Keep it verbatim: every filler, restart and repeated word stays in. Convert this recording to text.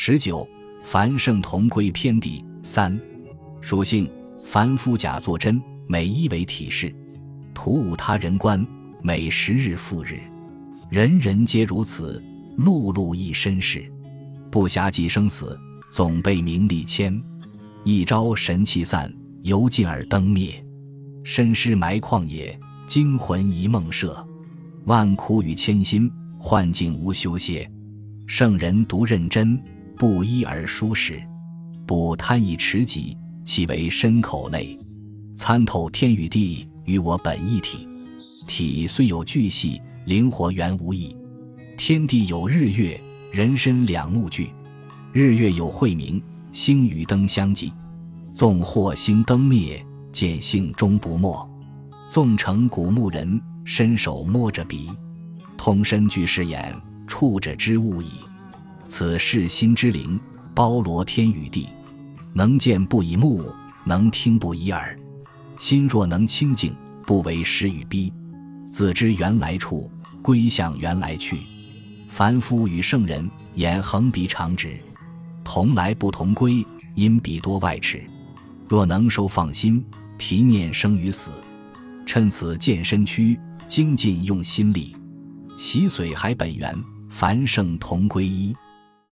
十九凡圣同归篇第三。属性：凡夫假作真，每一为体示，徒舞他人观，每十日复日，人人皆如此，碌碌亦身世，不暇计生死，总被名利牵。一朝神气散，犹尽而灯灭，身尸埋旷野，惊魂一梦舍。万苦与千辛，幻境无休歇。圣人独认真，不一而疏食，不贪以持己，其为身口类。参透天与地，与我本一体。体虽有巨细，灵活原无异。天地有日月，人身两目俱。日月有晦明，星与灯相继。纵或星灯灭，见性终不没。纵成古木人，伸手摸着鼻。通身具视眼，触着之物矣。此是心之灵，包罗天与地。能见不以目，能听不以耳。心若能清净，不为时与逼。自知原来处，归向原来去。凡夫与圣人，眼横鼻长直，同来不同归，因彼多外驰。若能收放心，提念生于死。趁此健身躯，精进用心力。习髓还本源，凡圣同归一。